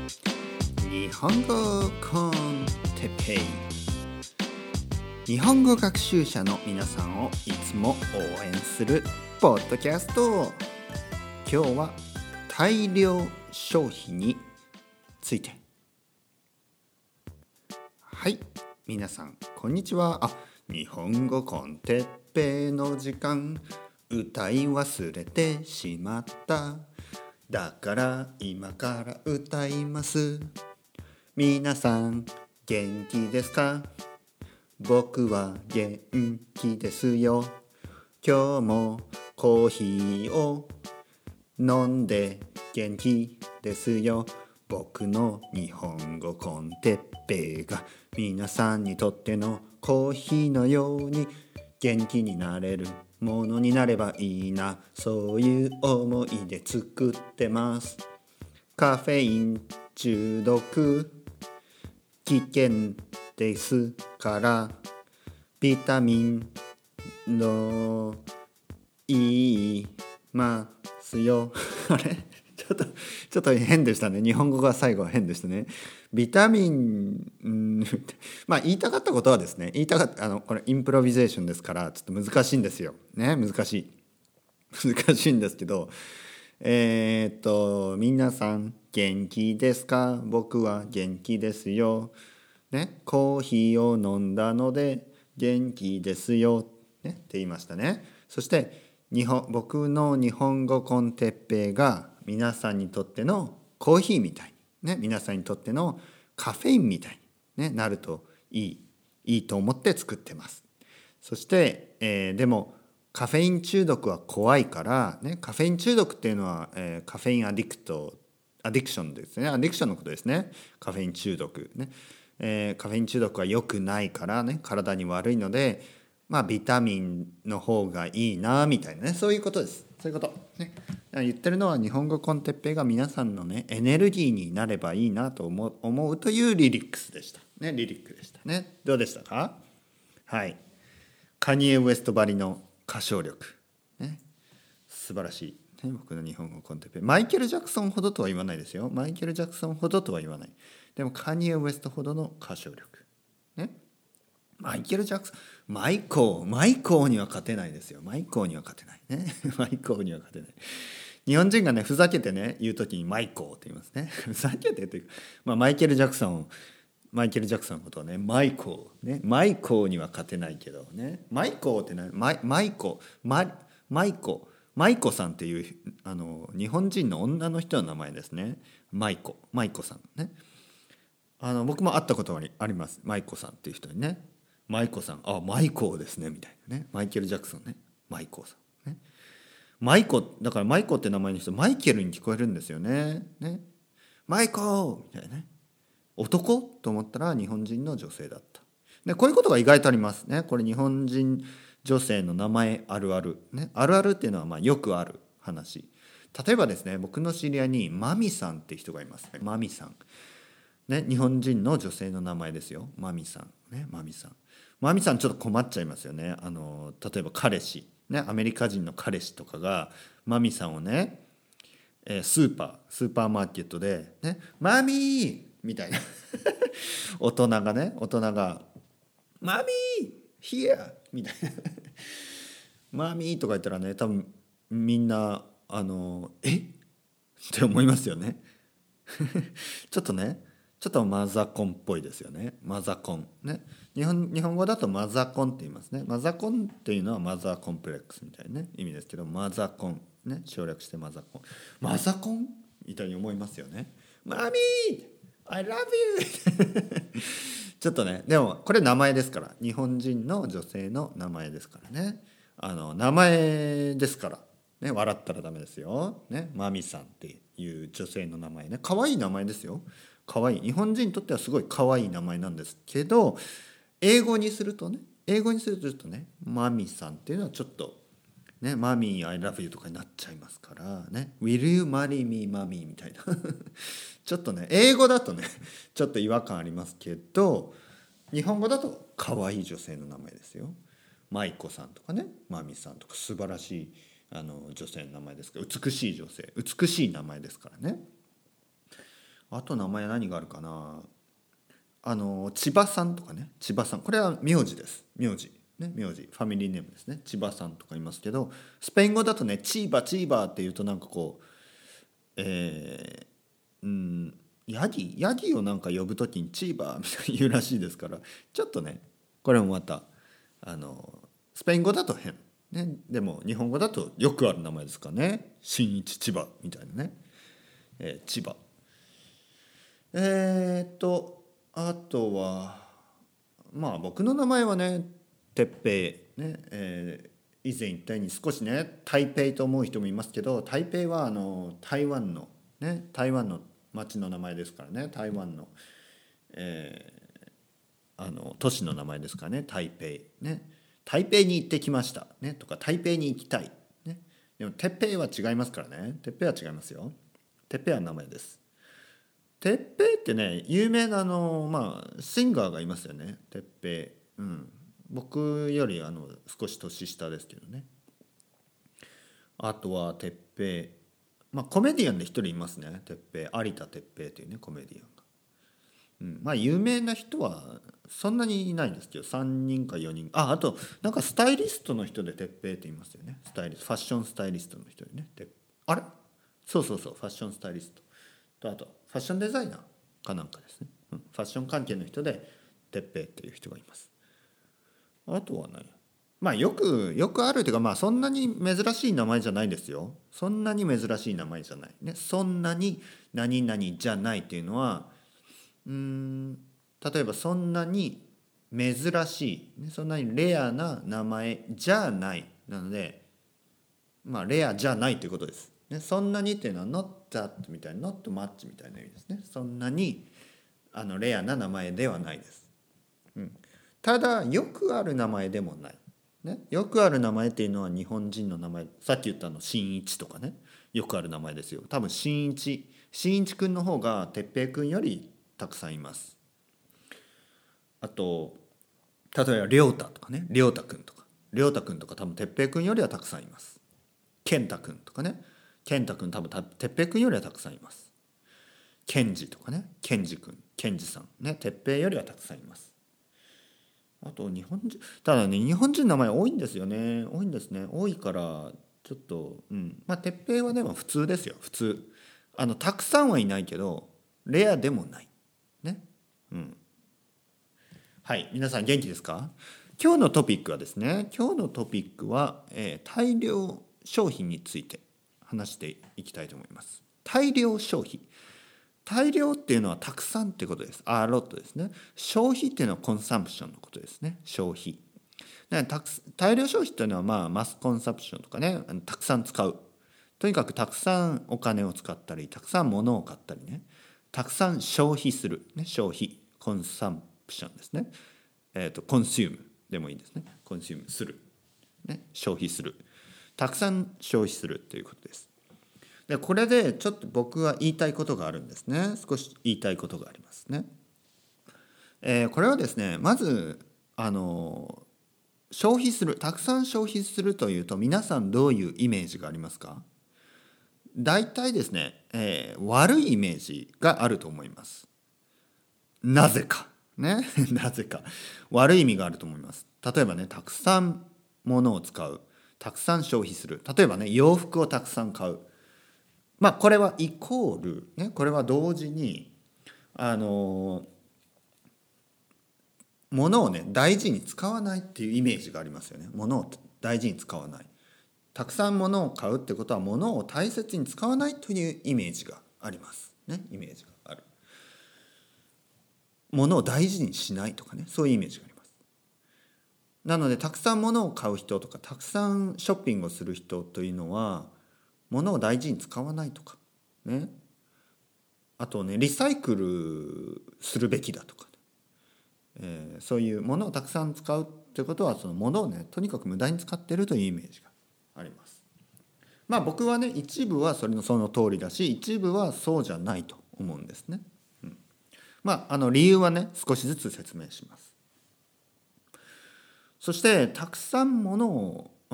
日本語コンテッペイ。日本語学習者の皆さんをいつも応援するポッドキャスト。今日は大量消費について。はい、皆さんこんにちは。日本語コンテッペイの時間、歌い忘れてしまった。だから今から歌います。皆さん元気ですか？僕は元気ですよ。今日もコーヒーを飲んで元気ですよ。僕の日本語コンテッペイが皆さんにとってのコーヒーのように元気になれるものになればいいな、そういう思いで作ってます。カフェイン中毒危険ですからビタミンのいいますよあれちょっと変でしたね。日本語が最後は変でしたね。ビタミン、言いたかったことはですね、これインプロビゼーションですからちょっと難しいんですよね。難しいんですけど、皆さん元気ですか？僕は元気ですよ、ね、コーヒーを飲んだので元気ですよ、ね、って言いましたね。そして僕の日本語コンテッペイが皆さんにとってのコーヒーみたいに、ね、皆さんにとってのカフェインみたいに、ね、なるといいと思って作ってます。そして、でもカフェイン中毒は怖いから、ね、カフェイン中毒っていうのは、カフェインアディクションですね。アディクションのことですね。カフェイン中毒ね。カフェイン中毒は良くないからね、体に悪いので、ビタミンの方がいいなみたいなね、そういうことです。そういうこと、ね、言ってるのは日本語コンテッペイが皆さんのねエネルギーになればいいなと思うというリリックスでしたね。リリックでしたね。どうでしたか？はい。カニエ・ウエストばりの歌唱力、ね、素晴らしい、ね、僕の日本語コンテッペイ。マイケル・ジャクソンほどとは言わないですよ。マイケル・ジャクソンほどとは言わない。でもカニエ・ウエストほどの歌唱力、ね、マイケル・ジャクソン、マイコーには勝てないですよ。マイコーには勝てないね。マイコーには勝てない。日本人がねふざけてね言うときにマイコーって言いますね。ふざけてっていう、マイケル・ジャクソンのことをねマイコーには勝てないけどね。マイコーってマイコさんっていう日本人の女の人の名前ですね。マイコさんね。僕も会ったことあります。マイコさんっていう人にね。マイコさん、マイコーですねみたいなね。マイケル・ジャクソンね、マイコーさんね。だからマイコって名前の人マイケルに聞こえるんですよね。マイコみたいなね。男と思ったら日本人の女性だった。でこういうことが意外とありますね。これ日本人女性の名前あるあるね。あるあるっていうのはよくある話。例えばですね、僕の知り合いにマミさんって人がいますね。マミさんね、日本人の女性の名前ですよ。マミさんね。マミさんちょっと困っちゃいますよね。例えば彼氏ね、アメリカ人の彼氏とかがマミさんをね、スーパーマーケットでね、マミーみたいな大人がマミーヒアみたいなマミーとか言ったらね、多分みんなえって思いますよねちょっとマザコンっぽいですよね。マザコンね。日本語だとマザコンって言いますね。マザコンっていうのはマザーコンプレックスみたいな、ね、意味ですけど、マザコンね、省略してマザコンみたいに思いますよね。マミー I love you ちょっとね、でもこれ名前ですから、日本人の女性の名前ですからね。名前ですからね、笑ったらダメですよ、ね、マミさんっていう女性の名前ね。可愛い名前ですよ。可愛い、日本人にとってはすごい可愛い名前なんですけど、英語にするとねマミさんっていうのはちょっとね、マミー I love you とかになっちゃいますからね。 Will you marry me マミーみたいなちょっとね英語だとねちょっと違和感ありますけど、日本語だと可愛い女性の名前ですよ。マイコさんとかね、マミさんとか素晴らしい女性の名前ですから、美しい女性、美しい名前ですからね。 あと名前何があるかな。千葉さんとかね、千葉さん、これは名字です。名字ね、名字ファミリーネームですね。千葉さんとか言いますけど、スペイン語だとね、チーバチーバっていうとなんかこう、えヤギをなんか呼ぶときにチーバーみたいに言うらしいですから、ちょっとね、これもまたスペイン語だと変、ね、でも日本語だとよくある名前ですかね。新一千葉みたいなね、千葉。あとはまあ僕の名前はね、鉄平ね、以前言ったように少しね台北と思う人もいますけど、台北は台湾のね、台湾の町の名前ですからね。台湾の、都市の名前ですからね。台北ね、台北に行ってきましたねとか、台北に行きたいね。でも鉄平は違いますからね。鉄平は違いますよ。鉄平は名前です。鉄平ってね、有名なシンガーがいますよね。鉄平、僕より少し年下ですけどね。あとは鉄平、コメディアンで一人いますね。鉄平、有田鉄平というね、コメディアンが。有名な人はそんなにいないんですけど、3人か4人。あとなんかスタイリストの人で鉄平って言いますよね。スタイリスト、ファッションスタイリストの人でね。あれ、そうそうそう、ファッションスタイリストと、あとファッションデザイナーかなんかですね。ファッション関係の人で鉄平っていう人がいます。あとはね、よくあるというか、そんなに珍しい名前じゃないですよ。そんなに珍しい名前じゃないね。そんなに何々じゃないっていうのは、例えばそんなに珍しい、そんなにレアな名前じゃないなので、レアじゃないということです、ね。そんなにっていうのは not that みたいな not much みたいな意味ですね。そんなにレアな名前ではないです。ただよくある名前でもない、ね、よくある名前っていうのは日本人の名前、さっき言った新一とかね、よくある名前ですよ。多分新一くんの方が哲平くんよりたくさんいます。あと例えば亮太とかね、亮太くんとか多分哲平くんよりはたくさんいます。健太くんとかね、健太くん多分哲平くんよりはたくさんいます。健二とかね、健二くん、健二さんね、哲平よりはたくさんいます。あと日本人、ただね、日本人の名前多いんですよね。多いんですね。多いからちょっと哲平はでも普通ですよ。普通。たくさんはいないけどレアでもないね。はい、皆さん元気ですか？今日のトピックはですね、大量消費について話していきたいと思います。大量消費。大量っていうのはたくさんってことです。ロットですね。消費っていうのはコンサンプションのことですね。消費。大量消費っていうのはマスコンサプションとかね、たくさん使う。とにかくたくさんお金を使ったり、たくさん物を買ったりね、たくさん消費する、ね、消費、コンサンプションですね。コンシュームでもいいですね。コンシュームする、ね、消費する、たくさん消費するということです。でこれでちょっと僕は言いたいことがあるんですね。少し言いたいことがありますね。これはですね、まず消費する、たくさん消費するというと皆さんどういうイメージがありますか？大体ですね、悪いイメージがあると思います。なぜかねなぜか悪い意味があると思います。例えばね、たくさん物を使う、たくさん消費する、例えばね、洋服をたくさん買う、これはイコール、ね、これは同時に物をね大事に使わないっていうイメージがありますよね。物を大事に使わない、たくさん物を買うってことは物を大切に使わないというイメージがありますね。イメージがある。物を大事にしないとかね、そういうイメージがあります。なのでたくさん物を買う人とか、たくさんショッピングをする人というのは物を大事に使わないとかね、あとね、リサイクルするべきだとか、そういう物をたくさん使うってことは、その物をねとにかく無駄に使っているというイメージがあります。僕はね、一部はその通りだし、一部はそうじゃないと思うんですね。理由はね少しずつ説明します。そしてたくさん物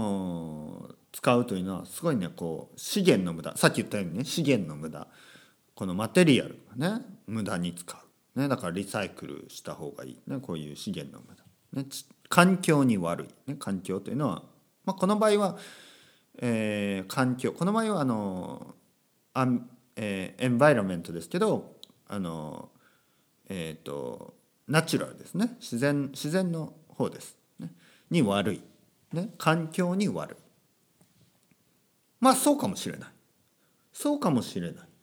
を使うというのはすごいね、資源の無駄、さっき言ったようにね、資源の無駄、 このマテリアルがね無駄に使う、ね、だからリサイクルした方がいい、ね、こういう資源の無駄、ね、環境に悪い、ね、環境というのは、この場合は、環境、この場合はエンバイロメントですけどナチュラルですね、自然の方です、ね、に悪い、ね、環境に悪い。そうかもしれない、そうかもしれない、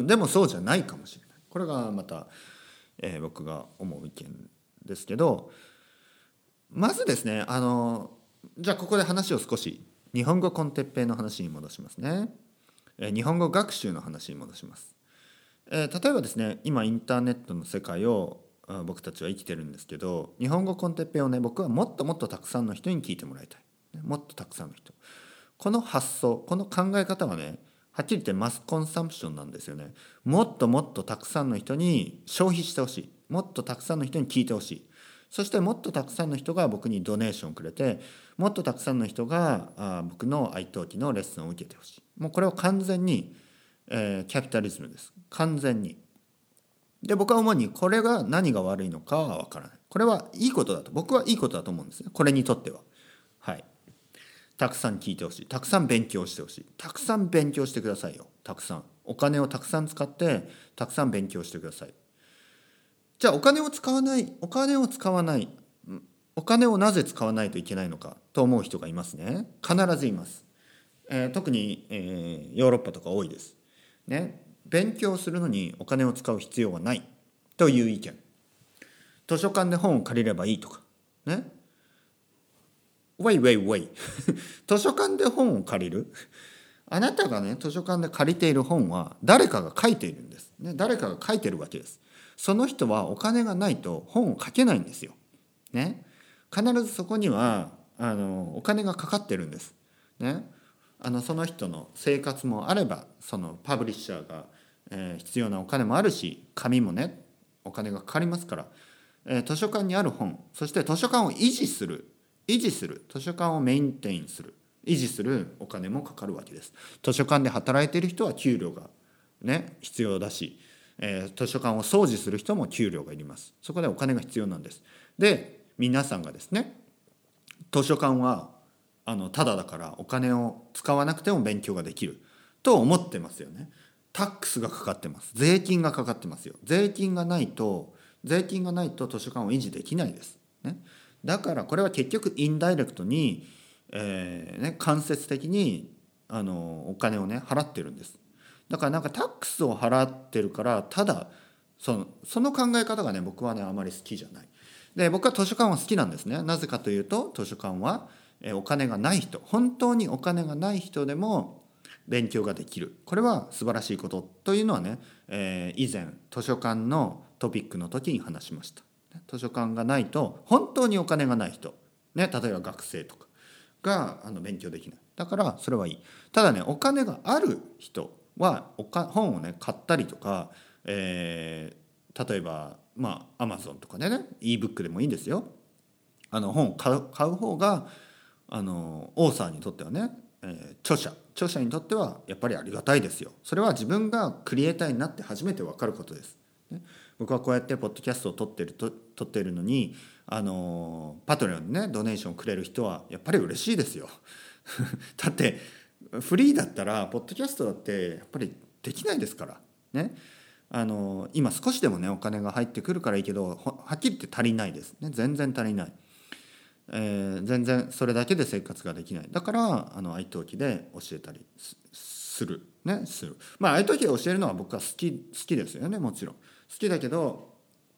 でもそうじゃないかもしれない。これがまた、僕が思う意見ですけど、まずですねじゃあここで話を少し日本語コンテッペイの話に戻しますね。日本語学習の話に戻します。例えばですね、今インターネットの世界を僕たちは生きてるんですけど、日本語コンテッペイをね、僕はもっともっとたくさんの人に聞いてもらいたい。もっとたくさんの人。この発想、この考え方はね、はっきり言ってマスコンサンプションなんですよね。もっともっとたくさんの人に消費してほしい。もっとたくさんの人に聞いてほしい。そしてもっとたくさんの人が僕にドネーションをくれて、もっとたくさんの人が僕の愛登記のレッスンを受けてほしい。もうこれは完全に、キャピタリズムです。完全に。で、僕は主にこれが何が悪いのかは分からない。これはいいことだと、僕はいいことだと思うんですね。これにとっては。はい。たくさん聞いてほしい。たくさん勉強してほしい。たくさん勉強してくださいよ。たくさん。お金をたくさん使って、たくさん勉強してください。じゃあお金を使わない、お金を使わない、お金をなぜ使わないといけないのかと思う人がいますね。必ずいます。特に、ヨーロッパとか多いです。ね。勉強するのにお金を使う必要はないという意見。図書館で本を借りればいいとか。ね。ウェイウェイウェイ図書館で本を借りる、あなたがね図書館で借りている本は誰かが書いているんです、ね、誰かが書いているわけです。その人はお金がないと本を書けないんですよ、ね、必ずそこにはお金がかかってるんです、ね、その人の生活もあればそのパブリッシャーが、必要なお金もあるし、紙もねお金がかかりますから、図書館にある本、そして図書館を維持する、図書館をメインテインする、維持するお金もかかるわけです。図書館で働いている人は給料が、ね、必要だし、図書館を掃除する人も給料がいります。そこでお金が必要なんです。で、皆さんがですね、図書館はただだからお金を使わなくても勉強ができると思ってますよね。タックスがかかってます。税金がかかってますよ。税金がないと図書館を維持できないです。ね。だからこれは結局インダイレクトに、間接的にお金をね払ってるんです。だからなんかタックスを払ってるからただその考え方がね僕はねあまり好きじゃない。で、僕は図書館は好きなんですね。なぜかというと図書館はお金がない人、本当にお金がない人でも勉強ができる。これは素晴らしいことというのはね、以前図書館のトピックの時に話しました。図書館がないと本当にお金がない人、ね、例えば学生とかが勉強できない。だからそれはいい。ただねお金がある人は本をね買ったりとか、例えばアマゾンとかでね ebook でもいいんですよ。本を買う方がオーサーにとってはね、著者にとってはやっぱりありがたいですよ。それは自分がクリエイターになって初めて分かることです。ね、僕はこうやってポッドキャストを撮っているのにパトレオンにねドネーションをくれる人はやっぱり嬉しいですよ。だってフリーだったらポッドキャストだってやっぱりできないですからね。今少しでもねお金が入ってくるからいいけどはっきり言って足りないですね。全然足りない。全然それだけで生活ができない。だから愛登記で教えたりする。愛登記で教えるのは僕は好きですよね。もちろん好きだけど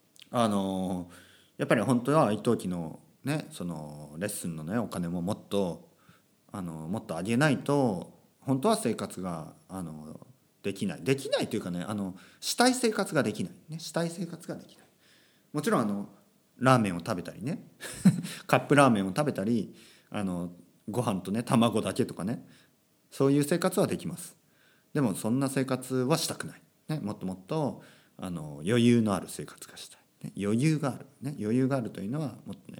やっぱり本当は愛登記のねそのレッスンのねお金ももっと上げないと本当は生活ができないというかねしたい生活ができないね。したい生活ができない。もちろんラーメンを食べたりねカップラーメンを食べたりご飯とね卵だけとかね、そういう生活はできます。でもそんな生活はしたくない、ね、もっともっと余裕のある生活がしたい、ね、余裕があるというのはもっとね、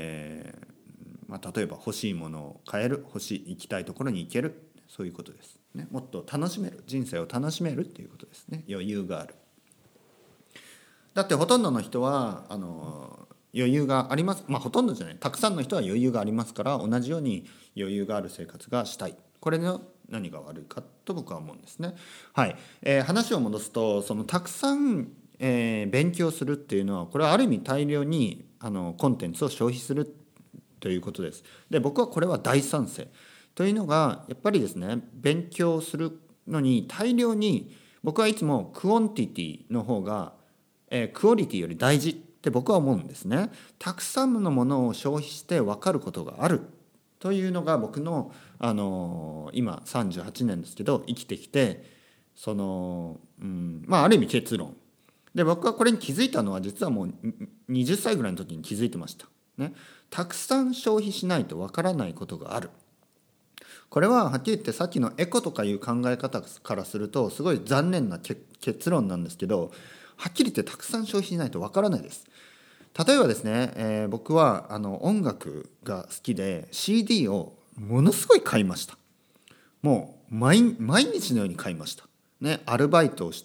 例えば欲しいものを買える、行きたいところに行ける、そういうことです。 ね、もっと楽しめる、人生を楽しめるっていうことですね。余裕がある。だってほとんどの人は余裕があります。ほとんどじゃない、たくさんの人は余裕がありますから、同じように余裕がある生活がしたい。これの何が悪いかと僕は思うんですね。はい。話を戻すと、そのたくさん、勉強するっていうのは、これはある意味大量にコンテンツを消費するということです。で、僕はこれは大賛成。というのがやっぱりですね、勉強するのに大量に、僕はいつもクオンティティの方が、クオリティより大事って僕は思うんですね。たくさんのものを消費して分かることがあるというのが僕の、今38年ですけど生きてきて、ある意味結論で、僕はこれに気づいたのは実はもう20歳ぐらいの時に気づいてました、ね。たくさん消費しないと分からないことがある。これははっきり言ってさっきのエコとかいう考え方からするとすごい残念な結論なんですけど、はっきり言ってたくさん消費しないとわからないです。例えばですね、僕は音楽が好きで CD をものすごい買いました。もう毎日のように買いました、ね。アルバイトをして、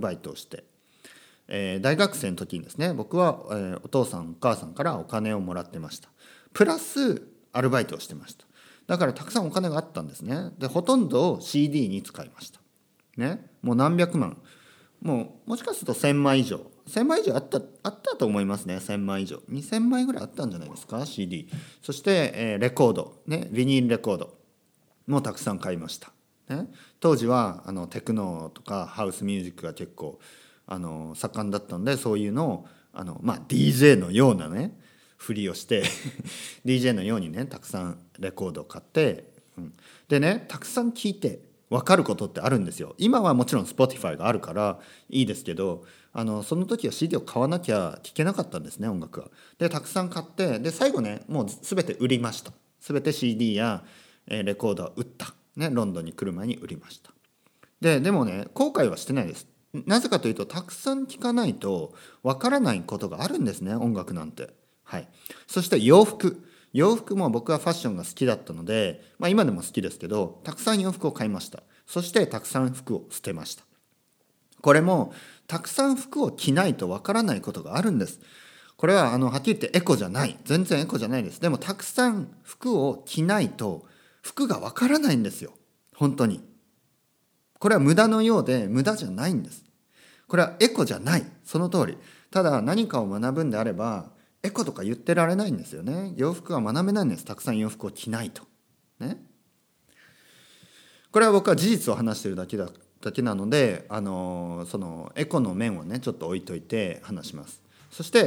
大学生の時にですね、僕は、お父さんお母さんからお金をもらってました。プラスアルバイトをしてました。だからたくさんお金があったんですね。でほとんどを CD に使いました、ね。もう何百万、もしかすると1000枚以上あったと思いますね。1000枚以上、2000枚ぐらいあったんじゃないですか CD。 そして、レコード、ね、ビニールレコードもたくさん買いました、ね。当時はテクノとかハウスミュージックが結構盛んだったので、そういうのをDJ のようなねふりをしてDJ のようにねたくさんレコードを買って、でねたくさん聴いて分かることってあるんですよ。今はもちろん Spotify があるからいいですけど、その時は CD を買わなきゃ聴けなかったんですね、音楽は。でたくさん買って、で最後ねもう全て売りました。全て CD やレコードは売った、ね。ロンドンに来る前に売りました。でもね後悔はしてないです。なぜかというとたくさん聴かないと分からないことがあるんですね、音楽なんて。はい。そして洋服も僕はファッションが好きだったので、今でも好きですけどたくさん洋服を買いました。そしてたくさん服を捨てました。これもたくさん服を着ないとわからないことがあるんです。これははっきり言ってエコじゃない、全然エコじゃないです。でもたくさん服を着ないと服がわからないんですよ、本当に。これは無駄のようで無駄じゃないんです。これはエコじゃない、その通り。ただ何かを学ぶんであればエコとか言ってられないんですよね。洋服は学べないんです。たくさん洋服を着ないとね。これは僕は事実を話しているだけなので、そのエコの面をねちょっと置いといて話します。そして、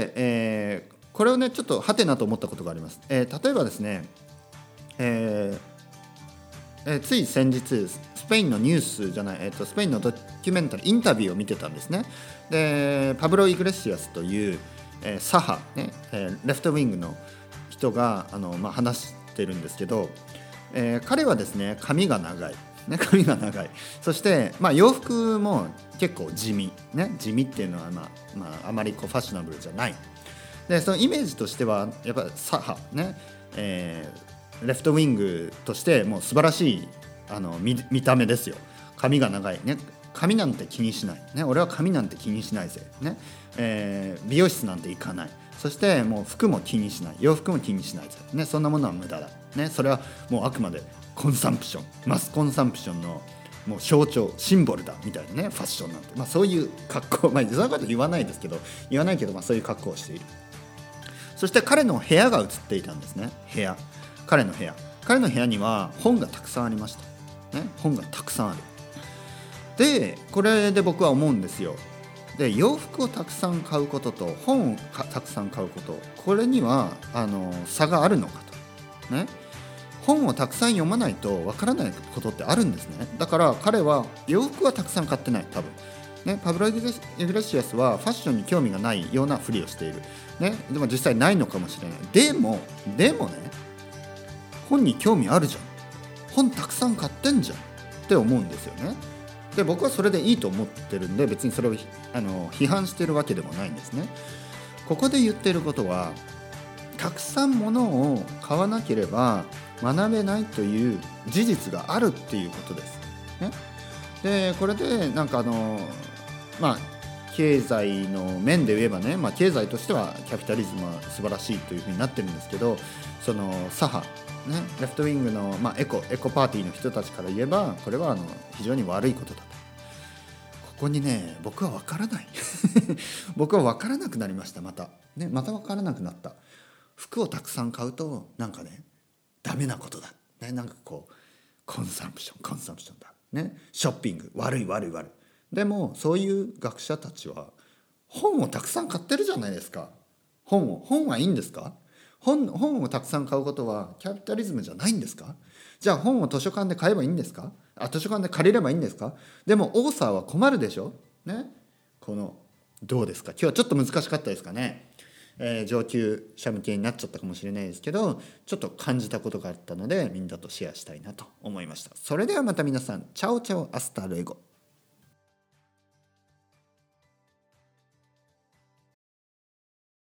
これをねちょっとハテナと思ったことがあります。例えばですね、つい先日スペインのニュースじゃない、スペインのドキュメンタリーインタビューを見てたんですね。でパブロ・イグレシアスという、左派、ねレフトウィングの人が話してるんですけど、彼はですね髪が長い、そして、洋服も結構地味、ね、地味っていうのは、あまりファッショナブルじゃない。でそのイメージとしてはやっぱり左派、ねレフトウィングとしてもう素晴らしい見た目ですよ。髪が長い、ね、髪なんて気にしない、ね、俺は髪なんて気にしないぜ、ね美容室なんて行かない。そしてもう服も気にしない、洋服も気にしないぜ、ね、そんなものは無駄だ、ね、それはもうあくまでコンサンプション、マスコンサンプションのもう象徴シンボルだみたいなね、ファッションなんて、そういう格好、そういうこと言わないけど、そういう格好をしている。そして彼の部屋が映っていたんですね。彼の部屋には本がたくさんありました、ね、本がたくさんある。でこれで僕は思うんですよ。で洋服をたくさん買うことと本をたくさん買うこと、これには差があるのかと、ね。本をたくさん読まないとわからないことってあるんですね。だから彼は洋服はたくさん買ってない、多分ね。パブロ・イグレシアスはファッションに興味がないようなふりをしている、ね。でも実際ないのかもしれない。でもね、本に興味あるじゃん、本たくさん買ってんじゃんって思うんですよね。で僕はそれでいいと思ってるんで、別にそれを批判してるわけでもないんですね。ここで言っていることは、たくさんものを買わなければ学べないという事実があるっていうことです。 ね。でこれでなんかまあ経済の面で言えばね、経済としてはキャピタリズムは素晴らしいというふうになってるんですけど、その左派、ね、レフトウィングの、エコパーティーの人たちから言えばこれは非常に悪いことだと。ここにね僕は分からない僕は分からなくなりました。また分からなくなった。服をたくさん買うとなんかねダメなことだ、ね、なんかこうコンサンプションだ、ね、ショッピング悪い。でもそういう学者たちは本をたくさん買ってるじゃないですか。本はいいんですか？本をたくさん買うことはキャピタリズムじゃないんですか？じゃあ本を図書館で買えばいいんですか？図書館で借りればいいんですか？でもオーサーは困るでしょ、ね、どうですか？今日はちょっと難しかったですかね。上級者向けになっちゃったかもしれないですけど、ちょっと感じたことがあったのでみんなとシェアしたいなと思いました。それではまた皆さん、チャオチャオアスタルエゴ。